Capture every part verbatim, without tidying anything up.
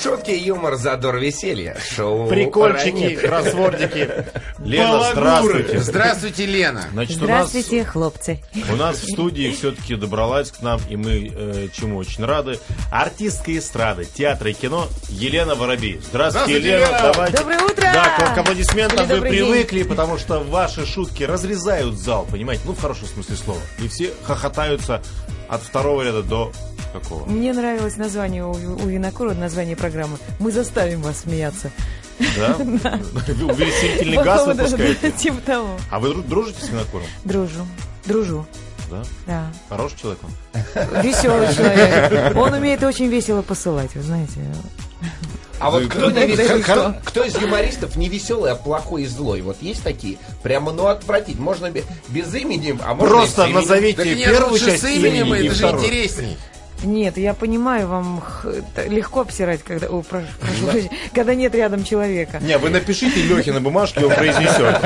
Шутки, юмор, задор, веселье. Шоу Прикольчики, кроссвордики. Лена, здравствуйте. Здравствуйте, Лена. Значит, здравствуйте, у нас, хлопцы. У нас в студии все-таки добралась к нам, и мы э, чему очень рады, артистка эстрады, театра и кино Елена Воробей. Здравствуйте, Здравствуйте, Елена. Елена. Давайте. Доброе утро. Да, к аплодисментам вы привыкли, день. потому что ваши шутки разрезают зал, понимаете? Ну, в хорошем смысле слова. И все хохотаются от второго ряда до... Какого? Мне нравилось название у, у Винокура, название программы. Мы заставим вас смеяться. Да? Увеселительный газ выпускаете? Типа того. А вы дружите с Винокуром? Дружу. Дружу. Да? Да. Хороший человек он? Веселый человек. Он умеет очень весело посылать, вы знаете. А вот кто, не вес... кто, кто из юмористов не веселый, а плохой и злой? Вот есть такие? Прямо, ну, отвратить. Можно без имени, а можно просто и с именем. назовите Так нет, первую лучше часть с именем, имени и это же вторую. интересней. Нет, я понимаю, вам х- легко обсирать, когда, о, прошу, прошу прощения, когда нет рядом человека. Не, вы напишите Лехе на бумажке, он произнесет.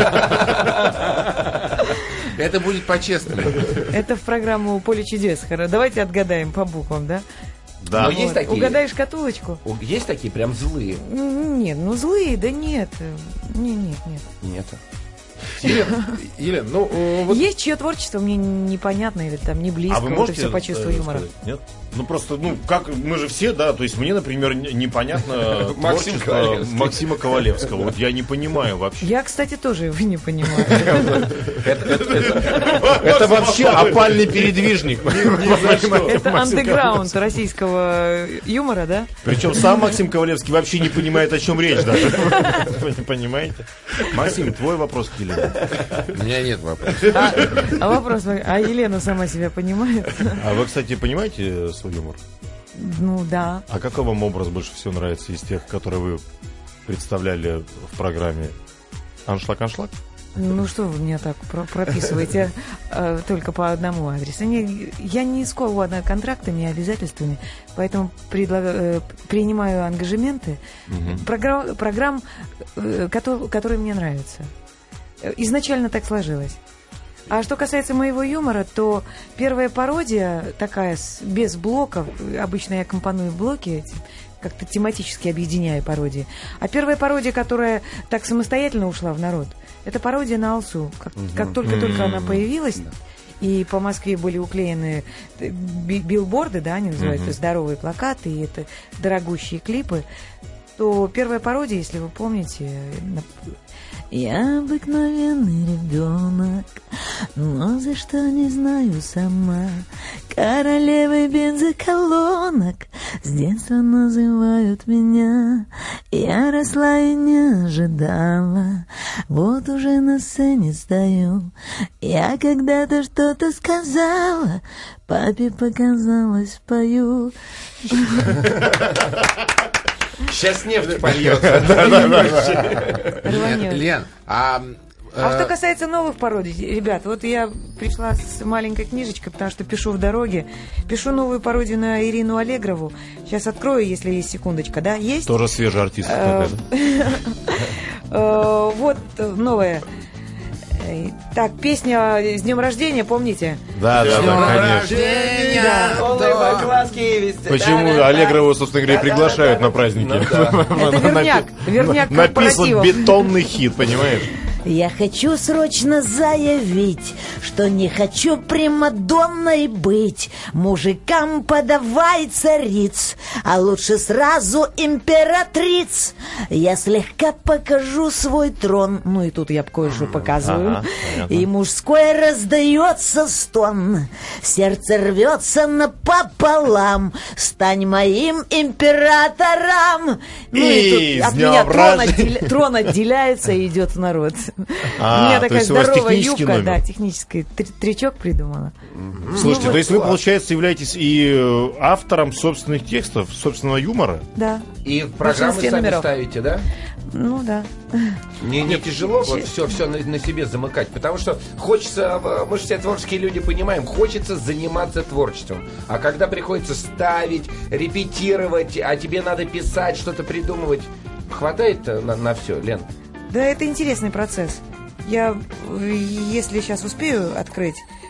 Это будет по-честному. Это в программу «Поле чудес». Хоро- Давайте отгадаем по буквам, да? Да. Но есть такие? Угадай шкатулочку? У- Есть такие прям злые? Н- Нет, ну злые, да нет. Не, нет, нет. Нет. Елена, Елена, ну э, вот Есть чье творчество мне непонятно или там не близко, А вы вот можете и все по чувству э, юмора. сказать? Нет? Ну просто, ну как, мы же все, да, то есть мне, например, н- непонятно Максим творчество Ковалевский. Максима Ковалевского. Вот я не понимаю вообще. Я, кстати, тоже его не понимаю. Это вообще опальный передвижник. Это андеграунд российского юмора, да? Причем сам Максим Ковалевский вообще не понимает, о чем речь даже. Вы не понимаете? Максим, твой вопрос к Елене. у меня нет вопросов. А, а вопрос, а Елена сама себя понимает? А вы, кстати, понимаете свой юмор? Ну да. А какой вам образ больше всего нравится из тех, которые вы представляли в программе «Аншлаг-аншлаг»? Ну что вы меня так про- прописываете э, только по одному адресу? Не, я не скована контрактами и обязательствами, поэтому предлагаю, э, принимаю ангажементы програ- программ, э, которые, которые мне нравятся. Э, Изначально так сложилось. А что касается моего юмора, то первая пародия такая, с- без блоков, обычно я компоную блоки, как-то тематически объединяю пародии. А первая пародия, которая так самостоятельно ушла в народ, это пародия на Алсу. Как, как только-только она появилась, и по Москве были уклеены би- билборды, да, они называются, здоровые плакаты, и это дорогущие клипы, то первая пародия, если вы помните... на- Я обыкновенный ребенок, но за что не знаю сама. Королевой бензоколонок с детства называют меня. Я росла и не ожидала, вот уже на сцене стою. Я когда-то что-то сказала, папе показалось, пою. Сейчас нефть польется. Лен, Лен, а... А э, что касается новых пародий, ребят, вот я пришла с маленькой книжечкой, потому что пишу в дороге. Пишу новую пародию на Ирину Аллегрову. Сейчас открою, если есть секундочка, да? Есть? Тоже свежая артистка такая, Э, Вот э, новая. Э, Так, песня «С днем рождения», помните? да? Да, да, днем да, конечно. рождения, Полные да. глазки вести. Почему Аллегрову, собственно говоря, и приглашают на праздники? Это верняк, верняк Написан корпоративов. бетонный хит, понимаешь? Я хочу срочно заявить, что не хочу примадонной быть. Мужикам подавай цариц, а лучше сразу императриц. Я слегка покажу свой трон. Ну и тут я кое-что показываю. Ага, понятно. И мужской раздается стон. Сердце рвется напополам. Стань моим императором. Ну И и тут с от днем меня трон, рождения. отделя- Трон отделяется и идет в народ. А, У меня то такая есть у вас здоровая технический юбка, номер. да, технический три- трючок придумала. Слушайте, Ну, то есть вы, класс. получается, являетесь и э, автором собственных текстов, собственного юмора? Да, И программы большинстве сами номеров. ставите, да? ну да. Не, не тяжело вот все, все на, на себе замыкать, потому что хочется, э, мы же все творческие люди понимаем, хочется заниматься творчеством. А когда приходится ставить, репетировать, а тебе надо писать, что-то придумывать, хватает на, на все, Лен? Да, это интересный процесс. Я, э, если сейчас успею открыть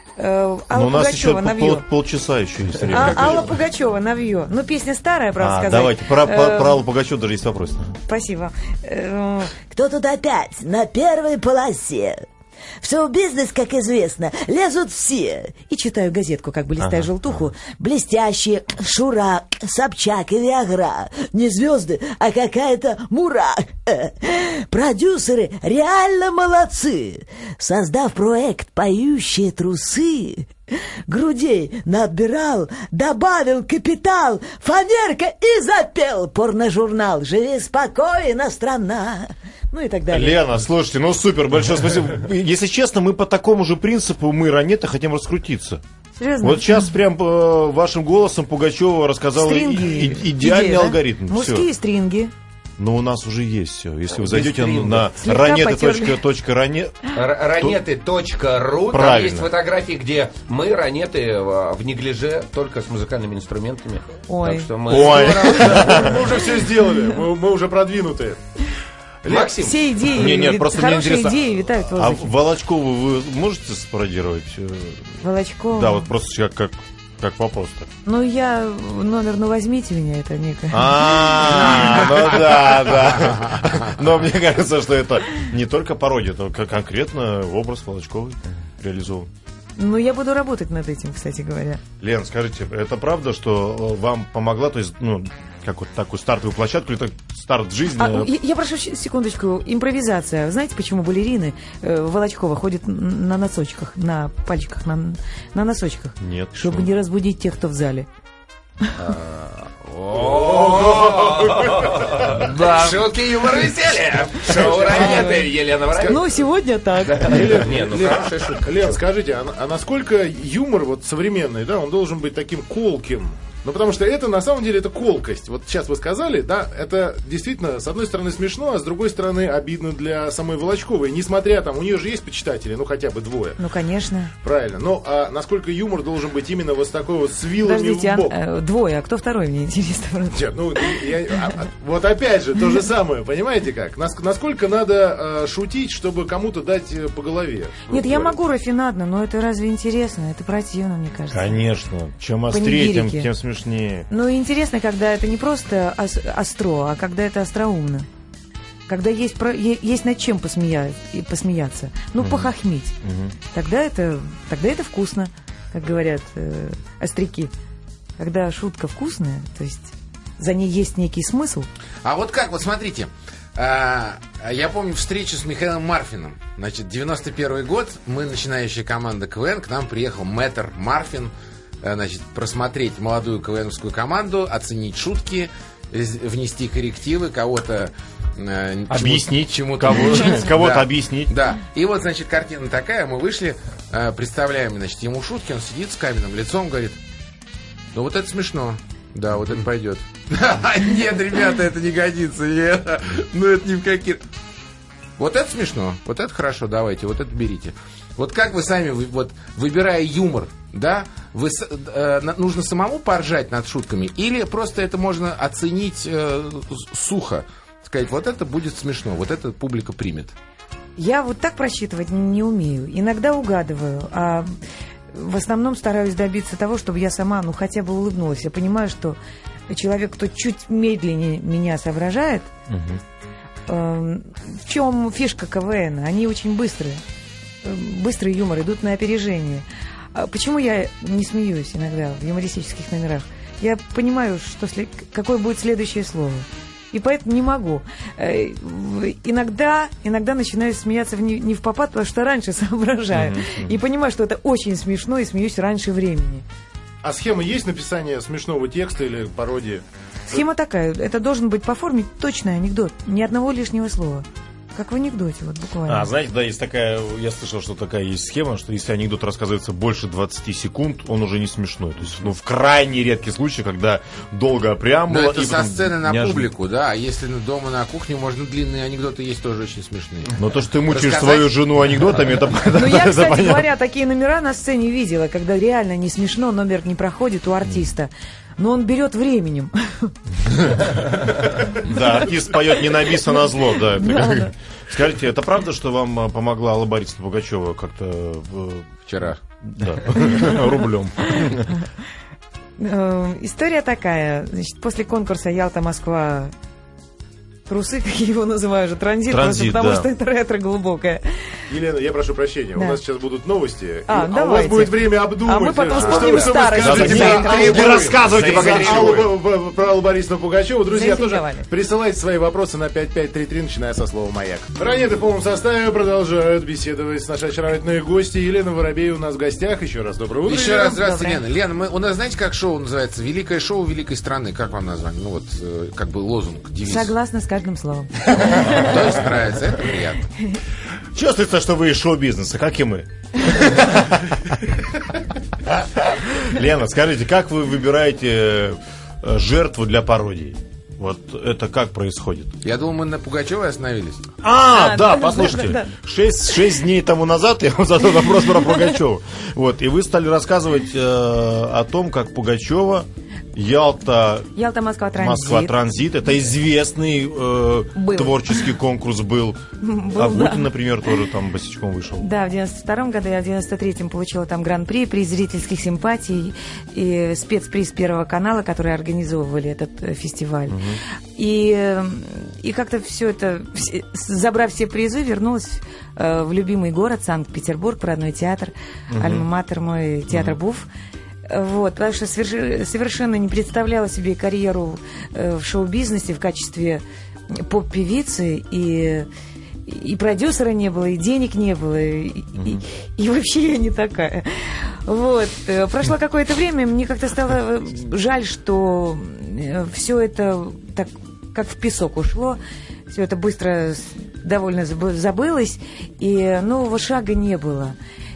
Э, Но Алла у нас еще Пугачева пол, «Навье». полчаса еще есть время. А, Алла Пугачева «Навье». Ну, песня старая, правда А, сказать. давайте, про, про, Э, про Аллу Пугачеву даже есть вопрос. Спасибо. Э, Кто тут опять на первой полосе? В шоу-бизнес, как известно, лезут все. И читаю газетку, как бы листая Ага, желтуху. Блестящие Шура, Собчак и Виагра. Не звезды, а какая-то мура. Продюсеры реально молодцы. Создав проект «Поющие трусы», грудей надбирал, добавил капитал, фанерка и запел порножурнал «Живи спокойно, страна». Ну и так далее. Лена, слушайте, ну супер, большое спасибо. Если честно, мы по такому же принципу, мы ранее-то хотим раскрутиться. Серьезно? Вот сейчас прям э, вашим голосом Пугачева рассказала и- Стринги. и- идеальный Идея, да? алгоритм. Мужские Всё. стринги. Но у нас уже есть все. Если вы Без зайдете стрингов. на Слегка ранеты.ране... Ранеты точка ру, там Правильно. есть фотографии, где мы, ранеты, в в неглиже, только с музыкальными инструментами. Ой. Так что мы... Ой. Мы уже все сделали, мы, мы уже продвинутые. Максим, Все идеи, Не, нет, вит- просто мне хорошие интересно, идеи витают в А воздухе. Волочкову вы можете спародировать? э, Волочкова. Да, вот просто как, как, как вопрос-то. Ну, я номер, ну, возьмите меня, это некое. А, ну да, да. Но мне кажется, что это не только пародия, это как конкретно образ Волочковой реализован. Ну, я буду работать над этим, кстати говоря. Лен, скажите, это правда, что э, вам помогла, то есть, ну, как вот такую стартовую площадку, или так старт в жизни? А, я, я прошу щ- секундочку, импровизация. Знаете, почему балерины э, Волочкова ходят н- на носочках, на пальчиках, на, на носочках? Нет. Чтобы почему? не разбудить тех, кто в зале. да. Шутки, юмор, веселье. Шоу «Ранеты», Елена Воробей. Ну, сегодня так. Не, ну хорошая шутка. Лен, скажите, а, а насколько юмор вот современный, да, он должен быть таким колким? Ну, потому что это, на самом деле, это колкость. Вот сейчас вы сказали, да, это действительно, с одной стороны, смешно, а с другой стороны, обидно для самой Волочковой. Несмотря, там, у нее же есть почитатели, ну, хотя бы двое. Ну, конечно. Правильно. Но а насколько юмор должен быть именно вот с такой вот с вилами Подождите, в бок? а, э, двое, а кто второй, мне интересно. правда. Нет, ну, я- а- а- вот опять же, то же самое, понимаете как? Нас- насколько надо а, шутить, чтобы кому-то дать э, по голове? Нет, я Говорю. могу рафинадно, но это разве интересно? Это противно, мне кажется. Конечно. Чем острее, тем, Панигирики. тем смешнее. Ну, и интересно, когда это не просто ос- остро, а когда это остроумно. Когда есть, про- е- есть над чем посмея- и посмеяться. Ну, похохмить. Тогда это, тогда это вкусно, как говорят э, остряки. Когда шутка вкусная, то есть за ней есть некий смысл. А вот как, вот смотрите, а, я помню встречу с Михаилом Марфиным. Значит, девяносто первый год, мы, начинающая команда КВН, к нам приехал мэтр Марфин, а, значит, просмотреть молодую КВНовскую команду, оценить шутки, из- внести коррективы, кого-то э, чему- Объяснить, чему-то кого- научить. кого-то Да. объяснить. Да. И вот, значит, картина такая, мы вышли, э, представляем, значит, ему шутки, он сидит с каменным лицом, говорит, ну вот это смешно. Да, вот это пойдет. Нет, ребята, это не годится. Нет. Ну это ни в какие... Вот это смешно, вот это хорошо, давайте, вот это берите. Вот как вы сами, вы- вот выбирая юмор, да, вы, с- э, на- нужно самому поржать над шутками, или просто это можно оценить э, с- сухо, сказать, вот это будет смешно, вот это публика примет. Я вот так просчитывать не умею. Иногда угадываю, а в основном стараюсь добиться того, чтобы я сама, ну, хотя бы улыбнулась. Я понимаю, что человек, кто чуть медленнее меня соображает, эм, в чем фишка КВН? Они очень быстрые. Э, Быстрый юмор, идут на опережение. А почему я не смеюсь иногда в юмористических номерах? Я понимаю, что сле- какое будет следующее слово. И поэтому не могу. Э, в- Иногда, иногда начинаю смеяться в не, не в попад, потому что раньше соображаю. И понимаю, что это очень смешно, и смеюсь раньше времени. А схема есть написание смешного текста или пародии? Схема такая. Это должен быть по форме точный анекдот. Ни одного лишнего слова. Как в анекдоте, вот буквально. А, знаете, да, есть такая, я слышал, что такая есть схема, что если анекдот рассказывается больше двадцати секунд, он уже не смешной. То есть, ну, в крайне редкий случай, когда долго преамбула... Ну, это и со потом сцены на неожиданно. публику, да. А если на- дома на кухне, можно длинные анекдоты есть тоже очень смешные. Но то, что ты мучаешь Рассказать? свою жену анекдотами, это, Ну, я, это кстати понятно. говоря, такие номера на сцене видела, когда реально не смешно, номер не проходит у артиста. Но он берет временем. Да, артист поет не на бис, а на зло, да. Это Да, как- да. Скажите, это правда, что вам а, помогла Алла Борисовна Пугачева как-то... э, Вчера. Да, рублем. История такая. Значит, после конкурса «Ялта-Москва» трусы, как я его называю же, транзит, Транзит, просто потому да. что это ретро глубокое. Елена, я прошу прощения, Да. у нас сейчас будут новости, А, а, у давайте. вас будет время обдумать. А мы потом что вспомним вы- что вы старость. скажете Да, про да, Аллу да. Не Борисовну. рассказывайте пока За ничего. Аллу Б- Б- про Аллу Борисовну Пугачеву. Друзья, тоже Заинтриговали. присылайте свои вопросы на пять пять три три, начиная со слова «Маяк». Ранее в полном составе продолжают беседовать с нашей очаровательной гостьей. Елена Воробей у нас в гостях. Еще раз доброе утро. Еще Елена. раз здравствуйте, Доброе. Лена. Лена, мы, у нас знаете, как шоу называется? Великое шоу великой страны. Как вам название? Ну вот, э, как бы лозунг, девиз. Согласна с каждым словом. То есть нравится, это приятно. Чувствуется, что вы из шоу-бизнеса, как и мы. Лена, скажите, как вы выбираете э, жертву для пародий? Вот это как происходит? Я думал, мы на Пугачевой остановились. А, А, да, да, послушайте, да, да. шесть, шесть дней тому назад я вам задал вопрос про Пугачеву. Вот, и вы стали рассказывать э, о том, как Пугачева, Ялта, Ялта-Москва транзит. Москва транзит. Это известный э, Был. творческий конкурс был. Был, А да. Гутин, например, тоже там босичком вышел. Да, в девяносто втором году, я в девяносто третьем получила там гран-при, приз зрительских симпатий и спецприз Первого канала, которые организовывали этот э, фестиваль. И, э, и как-то все это, все- забрав все призы, вернулась э, в любимый город Санкт-Петербург, родной театр, альма-матер мой, театр БУФ. Вот, потому что соверш- совершенно не представляла себе карьеру э, в шоу-бизнесе в качестве поп-певицы, и, и продюсера не было, и денег не было, и, и- и вообще я не такая. Вот. Э, Прошло какое-то время, мне как-то стало э, жаль, что все это так как в песок ушло, все это быстро с- довольно забы- забылось, и нового шага не было.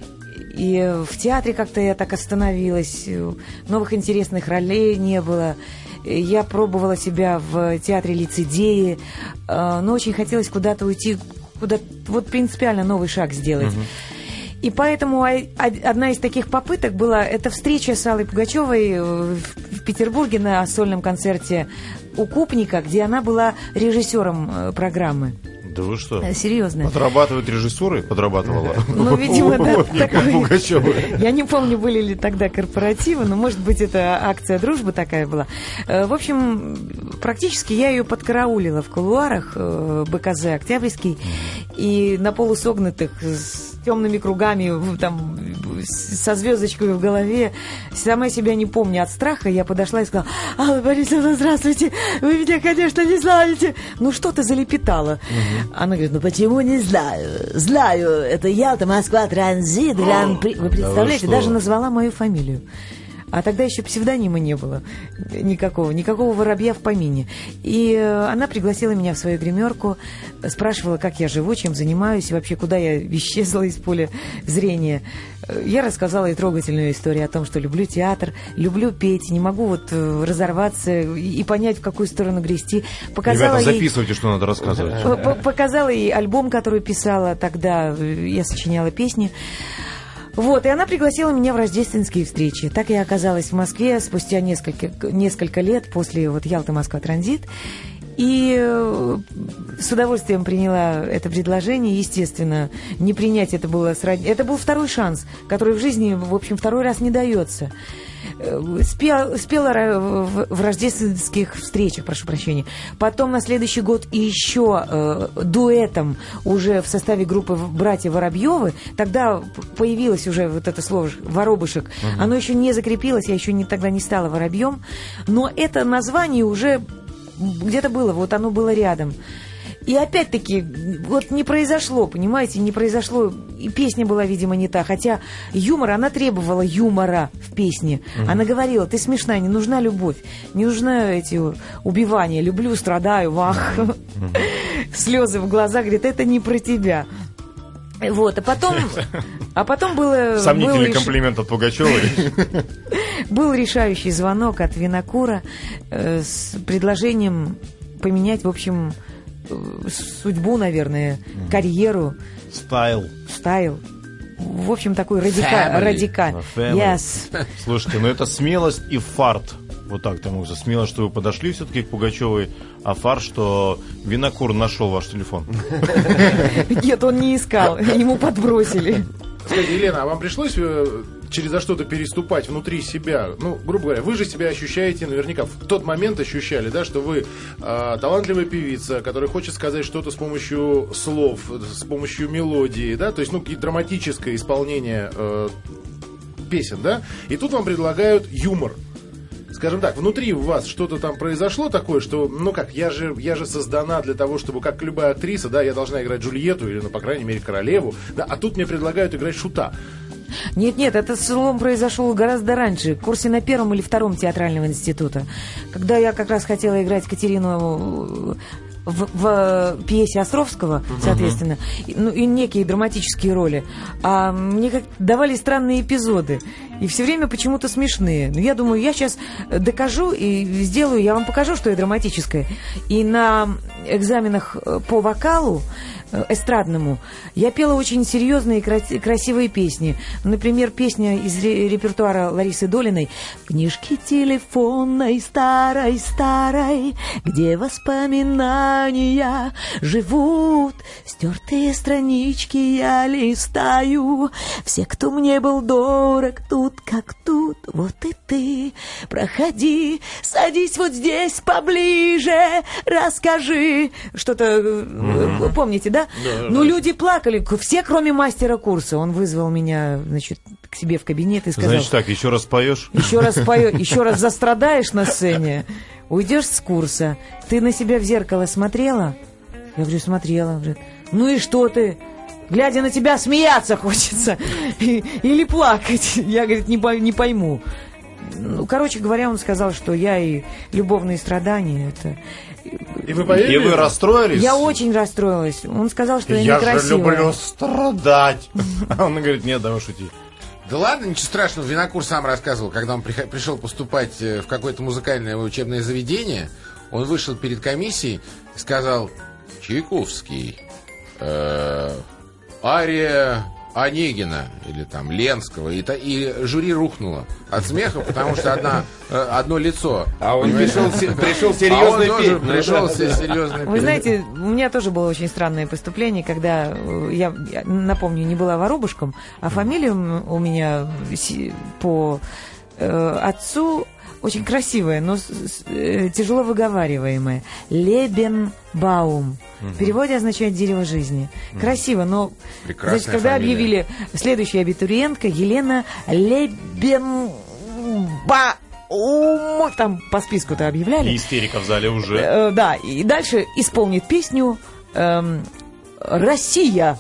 И в театре как-то я так остановилась, новых интересных ролей не было. Я пробовала себя в театре лицедеи, э, но очень хотелось куда-то уйти, куда вот принципиально новый шаг сделать. И поэтому а- а- одна из таких попыток была это встреча с Аллой Пугачевой э, в в Петербурге на сольном концерте у Купника, где она была режиссером э, программы. Да вы что? Э, Серьезно. Подрабатывает режиссурой? Подрабатывала. Ну, видимо, да, Вот, не как такой. Пугачева. Я не помню, были ли тогда корпоративы, но, может быть, это акция дружбы такая была. Э, В общем, практически я ее подкараулила в кулуарах э, БКЗ «Октябрьский», и на полусогнутых с темными кругами, в- там, с- со звездочкой в голове, сама себя не помню от страха, я подошла и сказала: «Алла Борисовна, здравствуйте, вы меня, конечно, не знаете». Ну, что ты залепетала? Она говорит: «Ну, почему не знаю? Знаю, это Ялта, Москва, транзит, гран-при». Вы представляете, что? даже назвала мою фамилию. А тогда еще псевдонима не было никакого, никакого воробья в помине. И э, она пригласила меня в свою гримерку, спрашивала, как я живу, чем занимаюсь, и вообще, куда я исчезла из поля зрения. Э, Я рассказала ей трогательную историю о том, что люблю театр, люблю петь, не могу вот э, разорваться и, и понять, в какую сторону грести. Показала Ребята, ей... записывайте, что надо рассказывать. П- п- Показала ей альбом, который писала тогда, э, я сочиняла песни. Вот, и она пригласила меня в рождественские встречи. Так я оказалась в Москве спустя несколько, несколько лет после вот Ялта-Москва транзит. И э, с удовольствием приняла это предложение. Естественно, не принять это было сродни... Это был второй шанс, который в жизни, в общем, второй раз не дается. Э, Спела, спела ра- в, в рождественских встречах, прошу прощения. Потом на следующий год и еще э, дуэтом уже в составе группы «Братья Воробьевы». Тогда п- появилось уже вот это слово «воробышек». Оно еще не закрепилось, я еще не, тогда не стала воробьем. Но это название уже где-то было, вот оно было рядом. И опять-таки, вот не произошло, понимаете, не произошло, и песня была, видимо, не та. Хотя юмор, она требовала юмора в песне. Она говорила: ты смешная, не нужна любовь, не нужны эти убивания, люблю, страдаю, вах. Слезы в глазах, говорит, это не про тебя. Вот, а потом, а потом было... Сомнительный было комплимент от Пугачевой. Был решающий звонок от Винокура э, с предложением поменять, в общем, э, судьбу, наверное, карьеру, Стайл. стайл. В общем, такой радика... Family. радикаль. Family. Yes. Слушайте, ну это смелость и фарт. Вот так тому за смелость, что вы подошли все-таки к Пугачевой, а фарт, что Винокур нашел ваш телефон. Нет, он не искал, ему подбросили. Скажите, Елена, а вам пришлось э, через что-то переступать внутри себя, ну, грубо говоря, вы же себя ощущаете, наверняка в тот момент ощущали, да, что вы э, талантливая певица, которая хочет сказать что-то с помощью слов, с помощью мелодии, да, то есть, ну, какие-то драматическое исполнение э, песен, да, и тут вам предлагают юмор. Скажем так, внутри у вас что-то там произошло такое, что, ну как, я же, я же создана для того, чтобы, как любая актриса, да, я должна играть Джульетту или, ну, по крайней мере, королеву, да, а тут мне предлагают играть шута. Нет-нет, этот слом произошел гораздо раньше, в курсе на первом или втором театрального института, когда я как раз хотела играть Катерину в, в пьесе Островского, соответственно, uh-huh. ну, и некие драматические роли. А мне как давали странные эпизоды. И все время почему-то смешные. Но я думаю, я сейчас докажу и сделаю, я вам покажу, что я драматическая. И на экзаменах по вокалу эстрадному я пела очень серьезные и красивые песни. Например, песня из репертуара Ларисы Долиной «Книжки телефонной старой-старой, где воспоминания живут, стертые странички я листаю, все, кто мне был дорог, тут как тут, вот и ты, проходи, садись вот здесь поближе, расскажи». Что-то, mm-hmm. помните, да? Да, ну, да. Люди плакали, все, кроме мастера курса. Он вызвал меня, значит, к себе в кабинет и сказал... Значит так, еще раз поешь? Еще раз поешь, еще раз застрадаешь на сцене, уйдешь с курса. Ты на себя в зеркало смотрела? Я говорю, смотрела. Говорит, ну и что ты? Глядя на тебя, смеяться хочется. Или плакать. Я, говорит, не, не пойму. Ну, короче говоря, он сказал, что я и любовные страдания, это... И вы поверили? И вы расстроились? Я очень расстроилась. Он сказал, что я, я некрасивая. Я же люблю страдать. А он говорит, нет, давай шути. Да ладно, ничего страшного. Винокур сам рассказывал, когда он пришел поступать в какое-то музыкальное учебное заведение, он вышел перед комиссией и сказал: Чайковский, э, ария Онегина или там Ленского, и, та, и жюри рухнуло от смеха, потому что одна, одно лицо. А он пришел, пришел серьезный а петь. Пришел серьезный Вы знаете, у меня тоже было очень странное поступление, когда я, я напомню, не была воробушком, а фамилия у меня по э, отцу очень красивая, но с, с, э, тяжело выговариваемая. Лебенбаум. В переводе означает «дерево жизни». Красиво, но значит, когда фамилия. Объявили следующая абитуриентка Елена Лебенбаум, там по списку-то объявляли. И истерика в зале уже. Э, да, и дальше исполнит песню эм, «Россия».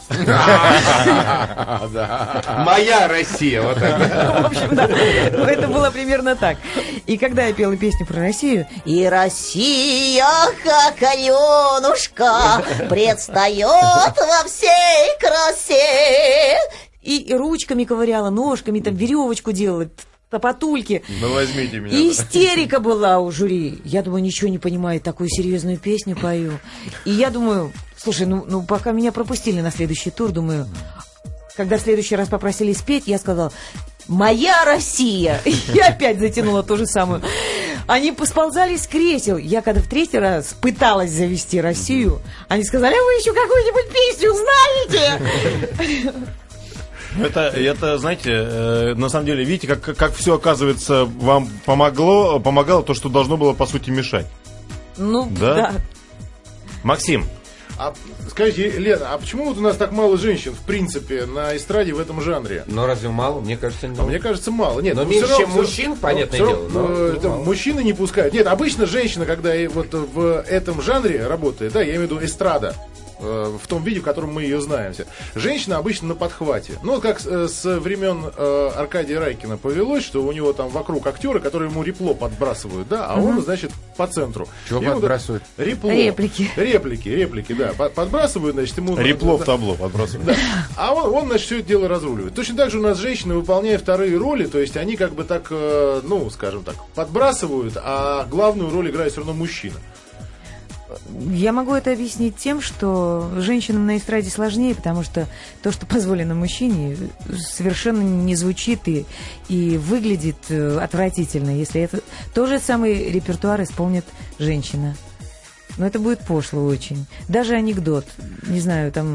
Моя Россия. Вот так. В общем, да. Это было примерно так. И когда я пела песню про Россию, и Россия, хоккеенушка, предстает во всей красе. И ручками ковыряла, ножками, там веревочку делала, топотульки. Ну, возьмите меня. И истерика была у жюри. Я думаю, ничего не понимаю, такую серьезную песню пою. И я думаю, слушай, ну, ну пока меня пропустили на следующий тур, думаю, когда в следующий раз попросили спеть, я сказала: «Моя Россия!» И я опять затянула то же самое. Они посползали с кресел. Я когда в третий раз пыталась завести Россию, они сказали: «А вы еще какую-нибудь песню знаете?» Это, это, знаете, э, на самом деле, видите, как, как все, оказывается, вам помогло, помогало то, что должно было, по сути, мешать. Ну, да. да. Максим. А скажите, Лена, а почему вот у нас так мало женщин, в принципе, на эстраде в этом жанре? Ну, разве мало? Мне кажется, не а мне кажется, мало. Нет, но ну, меньше, равно, чем мужчин, но, понятное но, дело. Но, э, но мужчины не пускают. Нет, обычно женщина, когда вот в этом жанре работает, да, я имею в виду эстрада, в том виде, в котором мы ее знаем. Женщина обычно на подхвате. Ну, как с, с времен э, Аркадия Райкина повелось, что у него там вокруг актеры, которые ему репло подбрасывают, да, а угу. он, значит, по центру. Чего ему, подбрасывают? Да, репло. Реплики. Реплики, реплики, да. Подбрасывают, значит, ему... Репло да, в табло подбрасывают. Да. А он, он, значит, все это дело разруливает. Точно так же у нас женщины, выполняя вторые роли, то есть они как бы так, э, ну, скажем так, подбрасывают, а главную роль играет все равно мужчина. Я могу это объяснить тем, что женщинам на эстраде сложнее, потому что то, что позволено мужчине, совершенно не звучит и, и выглядит отвратительно, если это тот же самый репертуар исполнит женщина. Но это будет пошло очень. Даже анекдот. Не знаю, там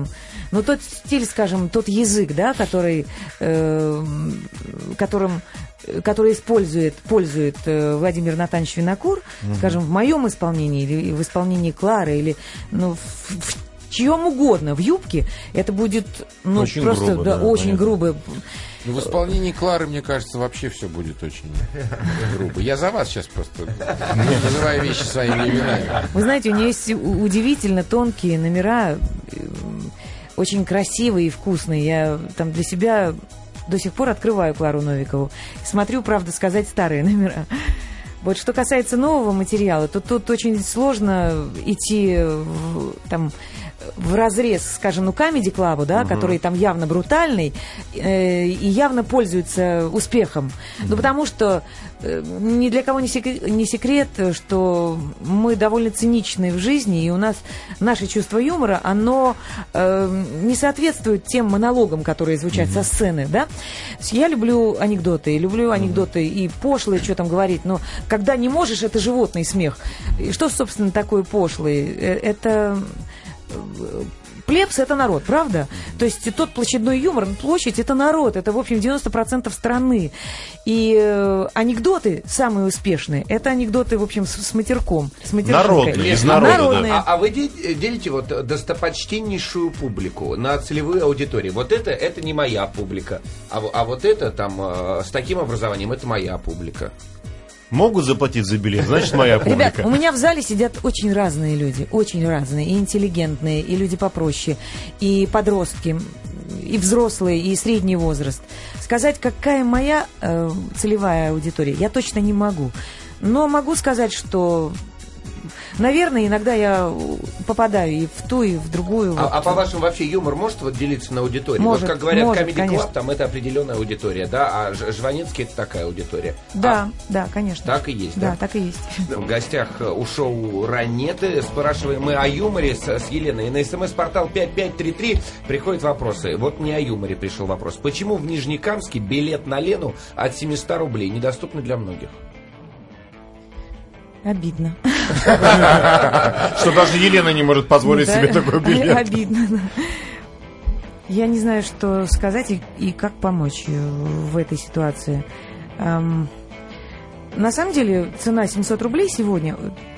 Но тот стиль, скажем, тот язык, да, который, э, которым, который использует, пользует э, Владимир Натанович Винокур, угу. скажем, в моем исполнении или в исполнении Клары, или ну, в, в чьем угодно, в юбке, это будет ну, очень просто грубо, да, да, очень понятно. грубо. Ну, в исполнении Клары, мне кажется, вообще все будет очень грубо. Я за вас сейчас просто называю вещи своими именами. Вы знаете, у нее есть удивительно тонкие номера, очень красивые и вкусные. Я там для себя до сих пор открываю Клару Новикову. Смотрю, правда сказать, старые номера. Вот что касается нового материала, то тут очень сложно идти в, там, в разрез, скажем, ну, Comedy Club, да, угу. который там явно брутальный э, и явно пользуется успехом. Угу. Ну, потому что э, ни для кого не секрет, не секрет, что мы довольно циничны в жизни, и у нас наше чувство юмора, оно э, не соответствует тем монологам, которые звучат угу. со сцены, да. Я люблю анекдоты, люблю анекдоты угу. и пошлые, что там говорить, но когда не можешь, это животный смех. И что, собственно, такое пошлый? Это... Плебс — это народ, правда? То есть тот площадной юмор, площадь — это народ, это, в общем, девяносто процентов страны. И э, анекдоты самые успешные, это анекдоты, в общем, с, с матерком, с народные, из народа, народные. Да. А, а вы делите вот достопочтеннейшую публику на целевую аудиторию. Вот это, это не моя публика, а, а вот это там э, с таким образованием, это моя публика. Могут заплатить за билет, значит, моя публика. Ребят, у меня в зале сидят очень разные люди, очень разные, и интеллигентные, и люди попроще, и подростки, и взрослые, и средний возраст. Сказать, какая моя э, целевая аудитория, я точно не могу. Но могу сказать, что... Наверное, иногда я попадаю и в ту, и в другую. А, вот. а по-вашему, вообще юмор может вот делиться на аудиторию? Может, вот как говорят, может, Comedy конечно. Club, там это определенная аудитория, да, а Ж- Жванецкий это такая аудитория. Да, А, да, конечно. так и есть, да? Да, так и есть. В гостях у шоу «Ранеты» спрашиваем мы о юморе с, с Еленой. И на смс-портал пять пять три три приходят вопросы. Вот не о юморе пришел вопрос. Почему в Нижнекамске билет на Лену от семьсот рублей недоступны для многих? Обидно. Что даже Елена не может позволить Да, себе такой билет. Обидно, да. Я не знаю, что сказать и, и как помочь в этой ситуации. Эм, на самом деле, цена семьсот рублей сегодня,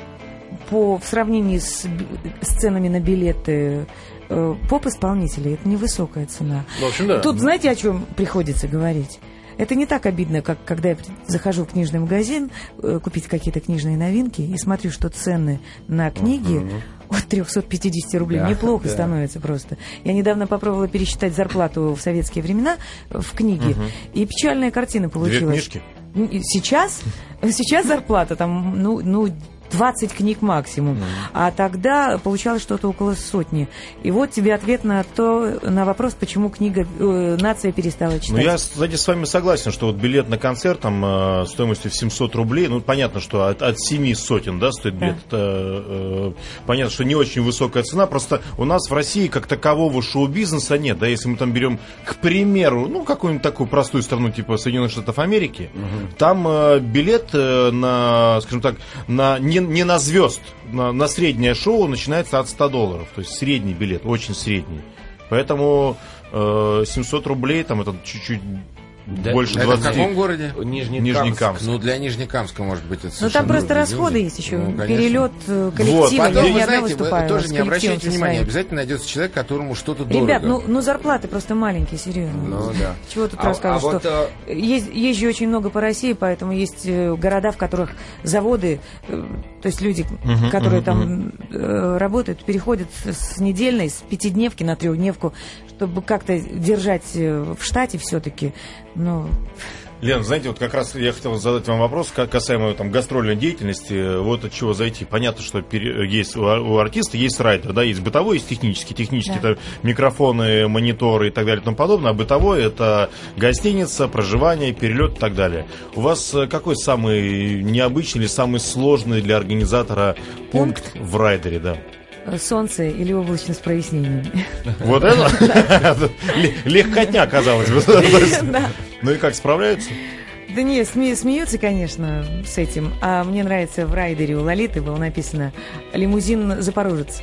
по, в сравнении с, с ценами на билеты э, поп-исполнителей, это невысокая цена. В общем, да. Тут знаете, о чем приходится говорить? Это не так обидно, как когда я захожу в книжный магазин э, купить какие-то книжные новинки и смотрю, что цены на книги uh-huh. от триста пятьдесят рублей. Да, Неплохо да. становится просто. Я недавно попробовала пересчитать зарплату в советские времена в книге, uh-huh. и печальная картина получилась. Две книжки? Сейчас, сейчас зарплата там, ну, ну, двадцать книг максимум. Mm. А тогда получалось что-то около сотни. И вот тебе ответ на то, на вопрос, почему книга э, нация перестала читать. Ну, я, кстати, с вами согласен, что вот билет на концерт там э, стоимостью в семьсот рублей, ну, понятно, что от, от семи сотен, да, стоит билет. Да. Это, э, понятно, что не очень высокая цена, просто у нас в России как такового шоу-бизнеса нет, да, если мы там берем, к примеру, ну, какую-нибудь такую простую страну, типа Соединенных Штатов Америки, угу. там э, билет э, на, скажем так, на не не на звезд, на, на среднее шоу начинается от ста долларов. То есть средний билет, очень средний. Поэтому э, семьсот рублей, там это чуть-чуть да, больше это двадцати. в каком городе? Нижнекамск. Нижнекамск. Ну, для Нижнекамска, может быть, это Ну, там просто другие расходы деньги. есть еще. Ну, конечно. Перелет коллектива. Вот, Я потом, не вы одна знаете, выступаю. вы тоже с не коллективом обращайте со внимания. своим. Обязательно найдется человек, которому что-то Ребят, дорого. ну, ну зарплаты просто маленькие, серьезно. Ну, да. Чего тут А- рассказывать, а вот, что есть, езжу очень много по России, поэтому есть э, города, в которых заводы, э, то есть люди, Мгм, которые мгм, там э, работают, переходят с, с недельной, с пятидневки на трехдневку, чтобы как-то держать э, в штате все-таки. Ну, Лен, знаете, вот как раз я хотел задать вам вопрос как касаемо там гастрольной деятельности. Вот от чего зайти. Понятно, что пере- есть у, у артиста есть райдер, да, есть бытовой, есть технический. Технический Да. это микрофоны, мониторы и так далее и тому подобное. А бытовой это гостиница, проживание, перелет и так далее. У вас э, какой самый необычный или самый сложный для организатора пункт, в райдере, да? солнце или облачно с прояснениями. Вот это? Легкотня, казалось бы. Да. Ну и как, справляются? Да нет, сме- смеются, конечно, с этим. А мне нравится, в райдере у Лолиты было написано «Лимузин Запорожец».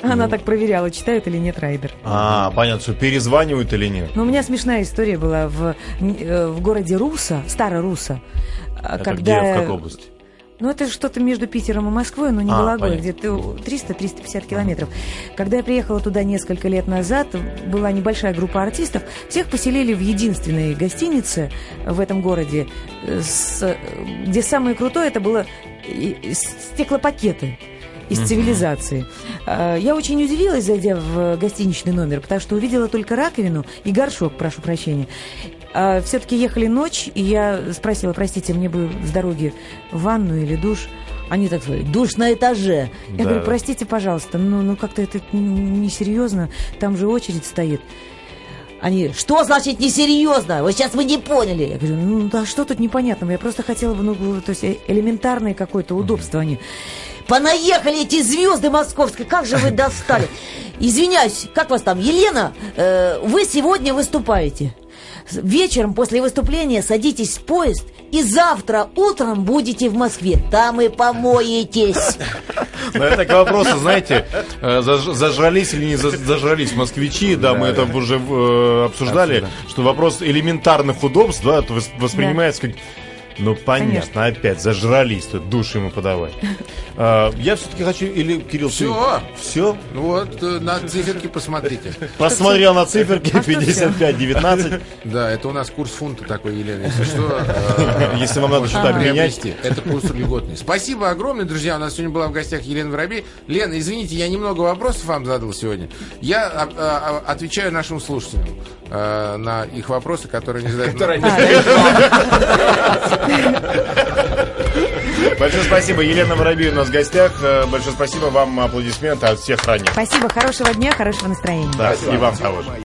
Она так проверяла, читают или нет райдер. А, понятно, что перезванивают или нет. Но у меня смешная история была в, в городе Руса, Старо-Руса. Это когда... где, в какой области? Ну, это что-то между Питером и Москвой, но не А, Вологодой, понятно. где-то триста-триста пятьдесят километров. Когда я приехала туда несколько лет назад, была небольшая группа артистов, всех поселили в единственной гостинице в этом городе, с, где самое крутое это было стеклопакеты из Мгм. цивилизации. А, Я очень удивилась, зайдя в гостиничный номер, потому что увидела только раковину и горшок, прошу прощения. А, Все-таки ехали ночь, и я спросила, простите, мне бы с дороги в ванну или душ. Они так сказали, душ на этаже. Я Да. говорю, простите, пожалуйста, ну, ну как-то это несерьезно, там же очередь стоит. Они, что значит несерьезно? Вот сейчас вы не поняли. Я говорю, ну да что тут непонятного? Я просто хотела бы, ну, то есть элементарное какое-то удобство. Они, понаехали эти звезды московские, как же вы достали. Извиняюсь, как вас там, Елена? Э, вы сегодня выступаете. Вечером после выступления садитесь в поезд и завтра утром будете в Москве. Там и помоетесь. Ну, это к вопросу, знаете, э, заж- зажрались или не за- зажрались москвичи, да, мы это уже э, обсуждали, что вопрос элементарных удобств, да, это вос- воспринимается как, ну, понятно, опять зажрались, тут душ ему подавай. А, я все-таки хочу, или, Кирилл, ты- Всё. Все? Ну вот, э, на циферки посмотрите. Посмотрел на циферки, А что пятьдесят пять девятнадцать. Да, это у нас курс фунта такой, Елена, если что. э, Если вам надо можно что-то обменять. приобрести. Это курс льготный. Спасибо огромное, друзья. У нас сегодня была в гостях Елена Воробей. Лена, извините, я немного вопросов вам задал сегодня. Я а, а, отвечаю нашим слушателям э, на их вопросы, которые они задают. Которые нам. Большое спасибо, Елена Воробей у нас в гостях. Э, Большое спасибо вам, аплодисменты от всех ранних. Спасибо, хорошего дня, хорошего настроения. Да, и вам того же.